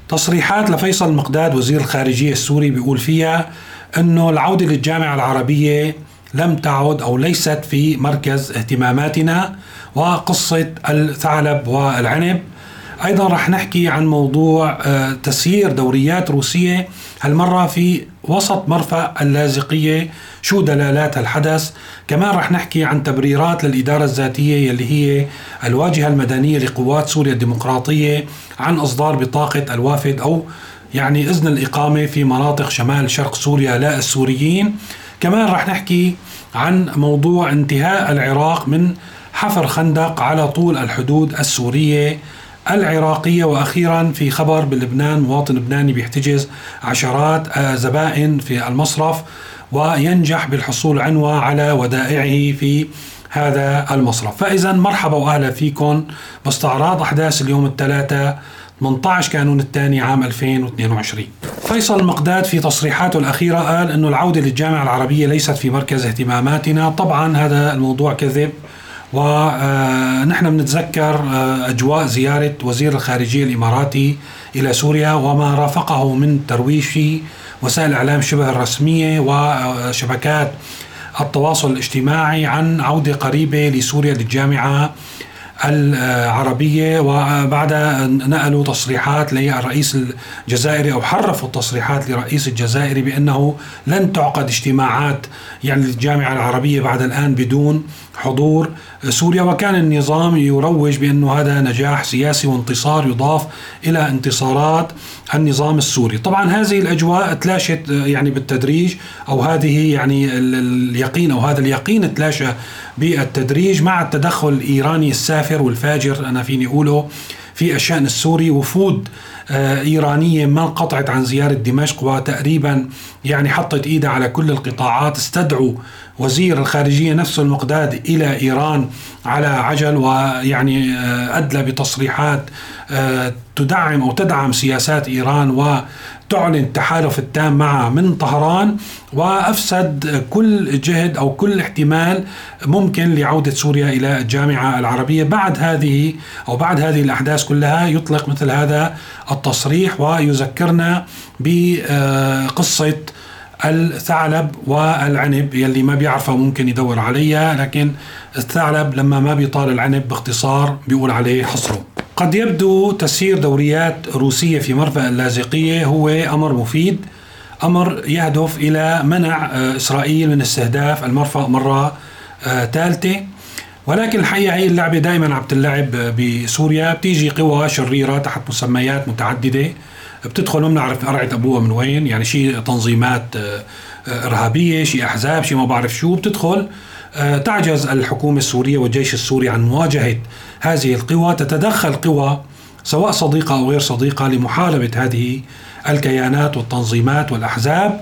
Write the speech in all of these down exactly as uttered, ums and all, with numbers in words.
تصريحات لفيصل المقداد وزير الخارجية السوري بيقول فيها أنه العودة للجامعة العربية لم تعد أو ليست في مركز اهتماماتنا، وقصة الثعلب والعنب. أيضا رح نحكي عن موضوع تسيير دوريات روسية هالمرة في وسط مرفأ اللاذقية، شو دلالات الحدث. كمان رح نحكي عن تبريرات للإدارة الذاتية يلي هي الواجهة المدنية لقوات سوريا الديمقراطية عن إصدار بطاقة الوافد أو يعني إذن الإقامة في مناطق شمال شرق سوريا لا السوريين. كمان رح نحكي عن موضوع انتهاء العراق من حفر خندق على طول الحدود السورية العراقية. وأخيرا في خبر بلبنان، مواطن لبناني بيحتجز عشرات زبائن في المصرف وينجح بالحصول عنوة على ودائعه في هذا المصرف. فإذا مرحبا وأهلا فيكم باستعراض أحداث اليوم الثلاثاء ثمانية عشر كانون الثاني عام ألفين واثنين وعشرين. فيصل المقداد في تصريحاته الأخيرة قال أنه العودة للجامعة العربية ليست في مركز اهتماماتنا. طبعا هذا الموضوع كذب، ونحن بنتذكر أجواء زيارة وزير الخارجية الإماراتي إلى سوريا وما رافقه من ترويج في وسائل الإعلام شبه الرسمية وشبكات التواصل الاجتماعي عن عودة قريبة لسوريا للجامعة العربية. وبعد نقلوا تصريحات للرئيس الجزائري أو حرفوا التصريحات لرئيس الجزائري بأنه لن تعقد اجتماعات يعني الجامعة العربية بعد الآن بدون حضور سوريا. وكان النظام يروج بأنه هذا نجاح سياسي وانتصار يضاف إلى انتصارات النظام السوري. طبعا هذه الأجواء تلاشت يعني بالتدريج، أو هذه يعني اليقين أو هذا اليقين تلاشى بالتدريج مع التدخل الإيراني السافر والفاجر أنا فيني أقوله في الشأن السوري. وفود إيرانية ما انقطعت عن زيارة دمشق، وتقريبا يعني حطت إيدها على كل القطاعات. استدعوا وزير الخارجية نفسه المقداد إلى إيران على عجل، ويعني أدلى بتصريحات تدعم أو تدعم سياسات إيران وتعلن التحالف التام معها من طهران، وأفسد كل جهد أو كل احتمال ممكن لعودة سوريا إلى الجامعة العربية. بعد هذه أو بعد هذه الأحداث كلها يطلق مثل هذا التصريح ويذكرنا بقصة الثعلب والعنب. يلي ما بيعرفه ممكن يدور عليها، لكن الثعلب لما ما بيطال العنب باختصار بيقول عليه حصره. قد يبدو تسيير دوريات روسية في مرفأ اللاذقية هو أمر مفيد، أمر يهدف إلى منع إسرائيل من استهداف المرفأ مرة ثالثة. ولكن الحقيقة هي اللعبة دائما عم تلعب بسوريا، بتيجي قوى شريرة تحت مسميات متعددة بتدخل ما بنعرف قرعة أبوها من وين، يعني شيء تنظيمات إرهابية، شيء أحزاب، شيء ما بعرف شو، بتدخل تعجز الحكومة السورية والجيش السوري عن مواجهة هذه القوى. تتدخل قوى سواء صديقة أو غير صديقة لمحاربة هذه الكيانات والتنظيمات والأحزاب،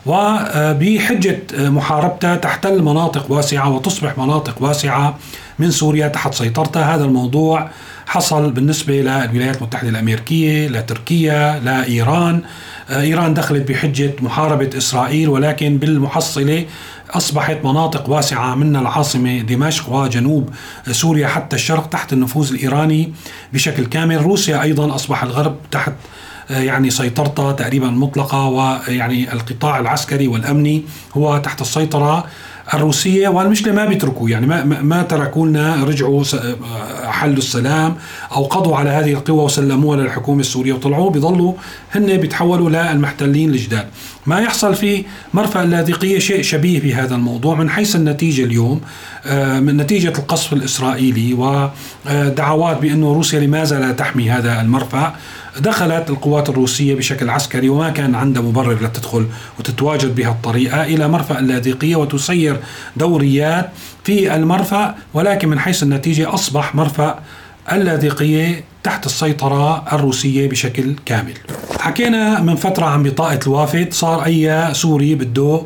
وبحجة محاربتها تحتل مناطق واسعة وتصبح مناطق واسعة من سوريا تحت سيطرتها. هذا الموضوع حصل بالنسبة للولايات المتحدة الأمريكية، لتركيا، لإيران. إيران دخلت بحجة محاربة إسرائيل، ولكن بالمحصلة أصبحت مناطق واسعة من العاصمة دمشق وجنوب سوريا حتى الشرق تحت النفوذ الإيراني بشكل كامل. روسيا أيضا أصبح الغرب تحت يعني سيطرتها تقريبا مطلقة، ويعني القطاع العسكري والأمني هو تحت السيطرة الروسية. والمشكلة ما بيتركوا يعني ما ما تركوا لنا، رجعوا حلوا السلام أو قضوا على هذه القوى وسلموها للحكومة السورية وطلعوا، بيضلوا هن بيتحولوا للمحتلين الجداد. ما يحصل في مرفأ اللاذقية شيء شبيه بهذا الموضوع من حيث النتيجة اليوم، من نتيجة القصف الإسرائيلي ودعوات بأنه روسيا لماذا لا تحمي هذا المرفأ. دخلت القوات الروسية بشكل عسكري وما كان عندها مبرر لتدخل وتتواجد بها الطريقة إلى مرفأ اللاذقية وتسير دوريات في المرفأ، ولكن من حيث النتيجة أصبح مرفأ اللاذقية تحت السيطرة الروسية بشكل كامل. حكينا من فترة عن بطاقة الوافد. صار أي سوري بده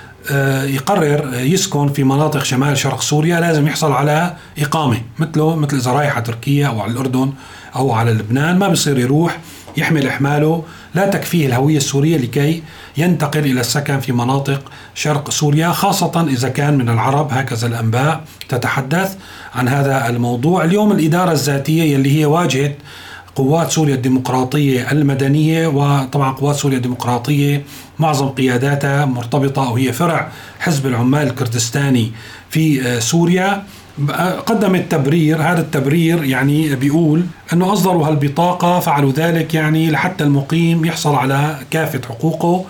يقرر يسكن في مناطق شمال شرق سوريا لازم يحصل على إقامة، مثله مثل إذا رايح على تركيا أو على الأردن أو على لبنان، ما بصير يروح يحمل إحماله، لا تكفيه الهوية السورية لكي ينتقل إلى السكن في مناطق شرق سوريا، خاصة إذا كان من العرب. هكذا الأنباء تتحدث عن هذا الموضوع. اليوم الإدارة الذاتية يلي هي واجهة قوات سوريا الديمقراطية المدنية، وطبعا قوات سوريا الديمقراطية معظم قياداتها مرتبطة أو هي فرع حزب العمال الكردستاني في سوريا، قدمت تبرير. هذا التبرير يعني بيقول أنه أصدروا هالبطاقة فعلوا ذلك يعني لحتى المقيم يحصل على كافة حقوقه،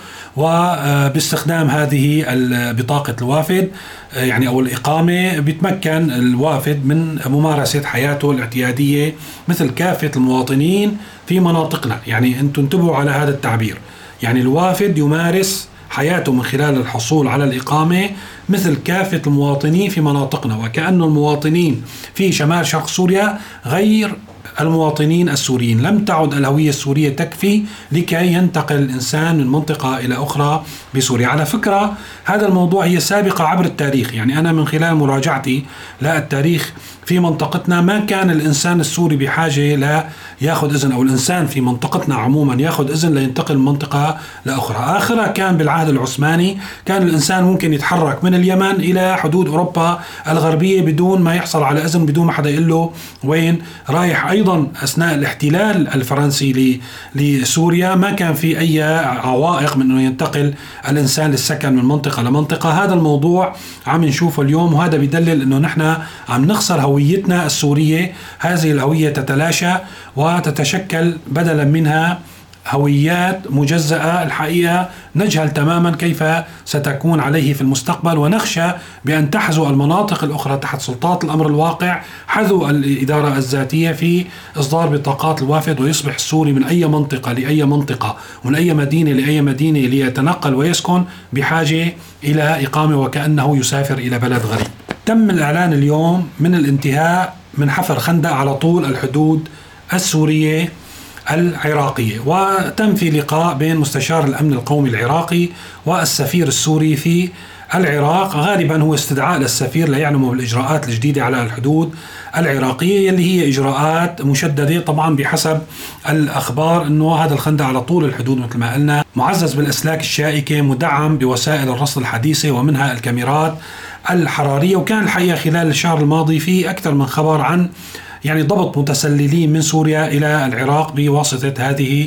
وباستخدام هذه بطاقة الوافد يعني أو الإقامة بيتمكن الوافد من ممارسة حياته الاعتيادية مثل كافة المواطنين في مناطقنا. يعني أنتم انتبهوا على هذا التعبير، يعني الوافد يمارس حياته من خلال الحصول على الإقامة مثل كافة المواطنين في مناطقنا، وكأن المواطنين في شمال شرق سوريا غير المواطنين السوريين. لم تعد الهوية السورية تكفي لكي ينتقل الإنسان من منطقة إلى أخرى بسوريا. على فكرة هذا الموضوع هي سابقة عبر التاريخ، يعني أنا من خلال مراجعتي للتاريخ في منطقتنا ما كان الإنسان السوري بحاجة لا ياخذ إذن، أو الإنسان في منطقتنا عموما ياخذ إذن لينتقل من منطقة لأخرى. آخرها كان بالعهد العثماني، كان الإنسان ممكن يتحرك من اليمن إلى حدود أوروبا الغربية بدون ما يحصل على إذن، بدون ما حدا يقول له وين رايح. أيضا أثناء الاحتلال الفرنسي لسوريا ما كان في أي عوائق من أنه ينتقل الإنسان للسكن من منطقة لمنطقة. هذا الموضوع عم نشوفه اليوم، وهذا بيدلل أنه نحن عم نخسر هويتنا السورية. هذه الهوية تتلاشى وتتشكل بدلا منها هويات مجزأة. الحقيقة نجهل تماما كيف ستكون عليه في المستقبل، ونخشى بأن تحذو المناطق الأخرى تحت سلطات الأمر الواقع حذو الإدارة الذاتية في إصدار بطاقات الوافد، ويصبح السوري من أي منطقة لأي منطقة ومن أي مدينة لأي مدينة ليتنقل ويسكن بحاجة إلى إقامة وكأنه يسافر إلى بلد غريب. تم الإعلان اليوم من الانتهاء من حفر خندق على طول الحدود السورية العراقية، وتم في لقاء بين مستشار الأمن القومي العراقي والسفير السوري في العراق. غالبا هو استدعاء للسفير ليعلموا بالإجراءات الجديدة على الحدود العراقية اللي هي إجراءات مشددة طبعا بحسب الأخبار، أنه هذا الخندق على طول الحدود مثل ما قلنا معزز بالأسلاك الشائكة، مدعم بوسائل الرصد الحديثة ومنها الكاميرات الحرارية. وكان الحقيقة خلال الشهر الماضي في أكثر من خبر عن يعني ضبط متسللين من سوريا إلى العراق بواسطة هذه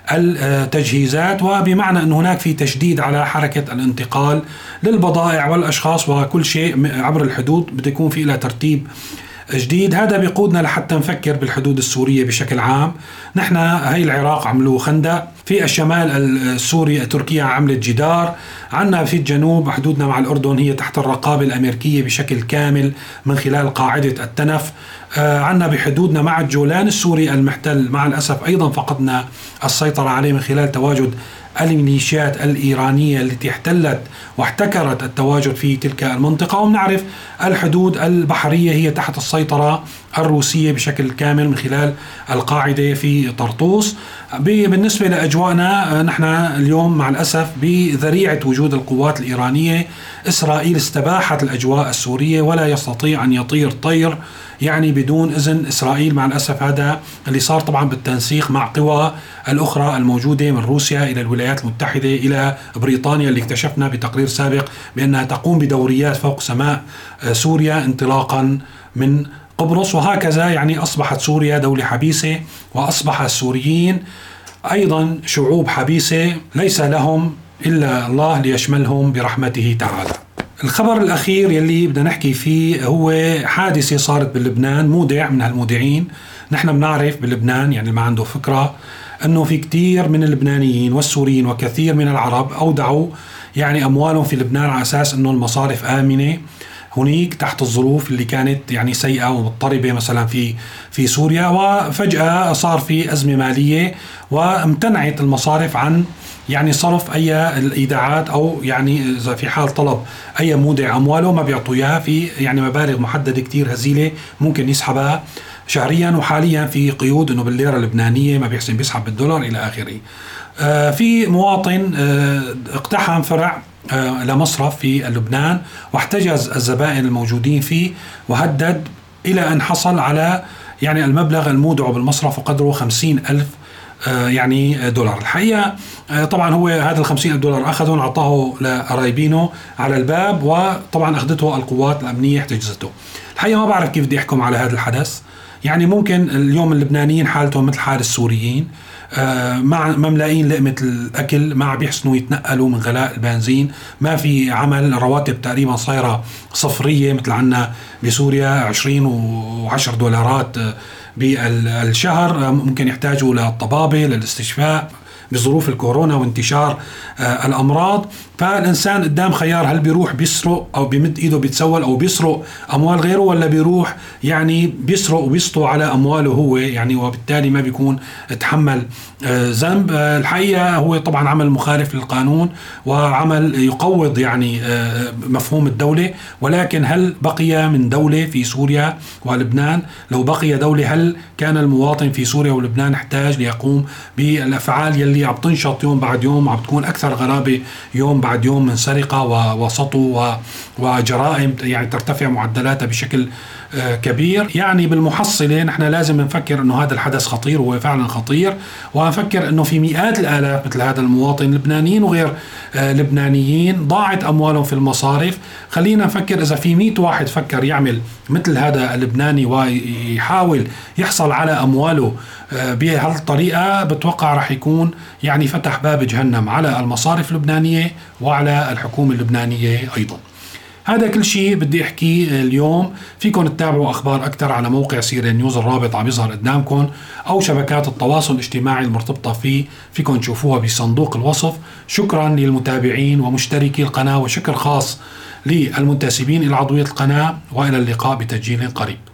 التجهيزات، وبمعنى أن هناك في تشديد على حركة الانتقال للبضائع والأشخاص وكل شيء عبر الحدود بده يكون في إلى ترتيب جديد. هذا بيقودنا لحتى نفكر بالحدود السورية بشكل عام. نحن هاي العراق عملوا خندق، في الشمال السوري تركيا عملت جدار، عنا في الجنوب حدودنا مع الأردن هي تحت الرقابة الأمريكية بشكل كامل من خلال قاعدة التنف. عنا بحدودنا مع الجولان السوري المحتل مع الأسف أيضا فقدنا السيطرة عليه من خلال تواجد الميليشيات الإيرانية التي احتلت واحتكرت التواجد في تلك المنطقة. وبنعرف الحدود البحرية هي تحت السيطرة الروسية بشكل كامل من خلال القاعدة في طرطوس. بالنسبة لأجواءنا نحن اليوم مع الأسف بذريعة وجود القوات الإيرانية، إسرائيل استباحت الأجواء السورية ولا يستطيع أن يطير طير يعني بدون إذن إسرائيل مع الأسف. هذا اللي صار طبعا بالتنسيق مع قوى الأخرى الموجودة من روسيا إلى الولايات المتحدة إلى بريطانيا اللي اكتشفنا بتقرير سابق بأنها تقوم بدوريات فوق سماء سوريا انطلاقا من قبرص. وهكذا يعني أصبحت سوريا دولة حبيسة، وأصبح السوريين أيضا شعوب حبيسة ليس لهم إلا الله ليشملهم برحمته تعالى. الخبر الأخير يلي بدنا نحكي فيه هو حادثة صارت بلبنان. مودع من هالمودعين، نحن بنعرف بلبنان يعني ما عنده فكرة أنه في كتير من اللبنانيين والسوريين وكثير من العرب أودعوا يعني أموالهم في لبنان على أساس أنه المصارف آمنة هناك تحت الظروف اللي كانت يعني سيئة ومضطربة مثلا في في سوريا، وفجأة صار في أزمة مالية وامتنعت المصارف عن يعني صرف أي الإيداعات، أو يعني إذا في حال طلب أي مودع أمواله ما بيعطوا إياها في يعني مبالغ محددة كتير هزيلة ممكن يسحبها شهريا. وحاليا في قيود أنه بالليرة اللبنانية ما بيحسن بيسحب بالدولار إلى آخره. آه في مواطن آه اقتحم فرع آه لمصرف في لبنان واحتجز الزبائن الموجودين فيه، وهدد إلى أن حصل على يعني المبلغ المودع بالمصرف وقدره خمسين ألف يعني دولار. الحقيقة طبعا هو هذا الخمسين ألف دولار أخذهم عطاه لقرايبينه على الباب، وطبعا أخذته القوات الأمنية احتجزته. الحقيقة ما بعرف كيف بدي أحكم على هذا الحدث، يعني ممكن اليوم اللبنانيين حالتهم مثل حال السوريين، مع مملائين لقمة الأكل، ما بيحسنوا يتنقلوا من غلاء البنزين، ما في عمل، رواتب تقريبا صايرة صفرية مثل عنا بسوريا، عشرين وعشر دولارات بالشهر، ممكن يحتاجوا للطبابة للاستشفاء بظروف الكورونا وانتشار آه الأمراض. فالإنسان قدام خيار، هل بيروح بيسرق أو بيمد إيده بيتسول أو بيسرق أموال غيره، ولا بيروح يعني بيسرق وبيسطو على أمواله هو يعني، وبالتالي ما بيكون تحمل آه ذنب. آه الحقيقة هو طبعا عمل مخالف للقانون وعمل يقوض يعني آه مفهوم الدولة. ولكن هل بقي من دولة في سوريا ولبنان؟ لو بقي دولة، هل كان المواطن في سوريا ولبنان يحتاج ليقوم بالأفعال يلي عم تنشط يوم بعد يوم، عم تكون أكثر غرابة يوم بعد يوم، من سرقة وسطو وجرائم يعني ترتفع معدلاتها بشكل كبير؟ يعني بالمحصلة نحن لازم نفكر أنه هذا الحدث خطير، وهو فعلا خطير، ونفكر أنه في مئات الآلاف مثل هذا المواطن، لبنانيين وغير لبنانيين، ضاعت أموالهم في المصارف. خلينا نفكر إذا في مئة واحد فكر يعمل مثل هذا اللبناني ويحاول يحصل على أمواله بهالطريقة، بتوقع رح يكون يعني فتح باب جهنم على المصارف اللبنانية وعلى الحكومة اللبنانية أيضا. هذا كل شيء بدي احكيه اليوم. فيكم تتابعوا اخبار اكثر على موقع سيريا نيوز، الرابط عم يظهر قدامكم، او شبكات التواصل الاجتماعي المرتبطة فيه فيكم تشوفوها بصندوق الوصف. شكرا للمتابعين ومشتركي القناة، وشكر خاص للمنتسبين الى عضوية القناة، والى اللقاء بتسجيل قريب.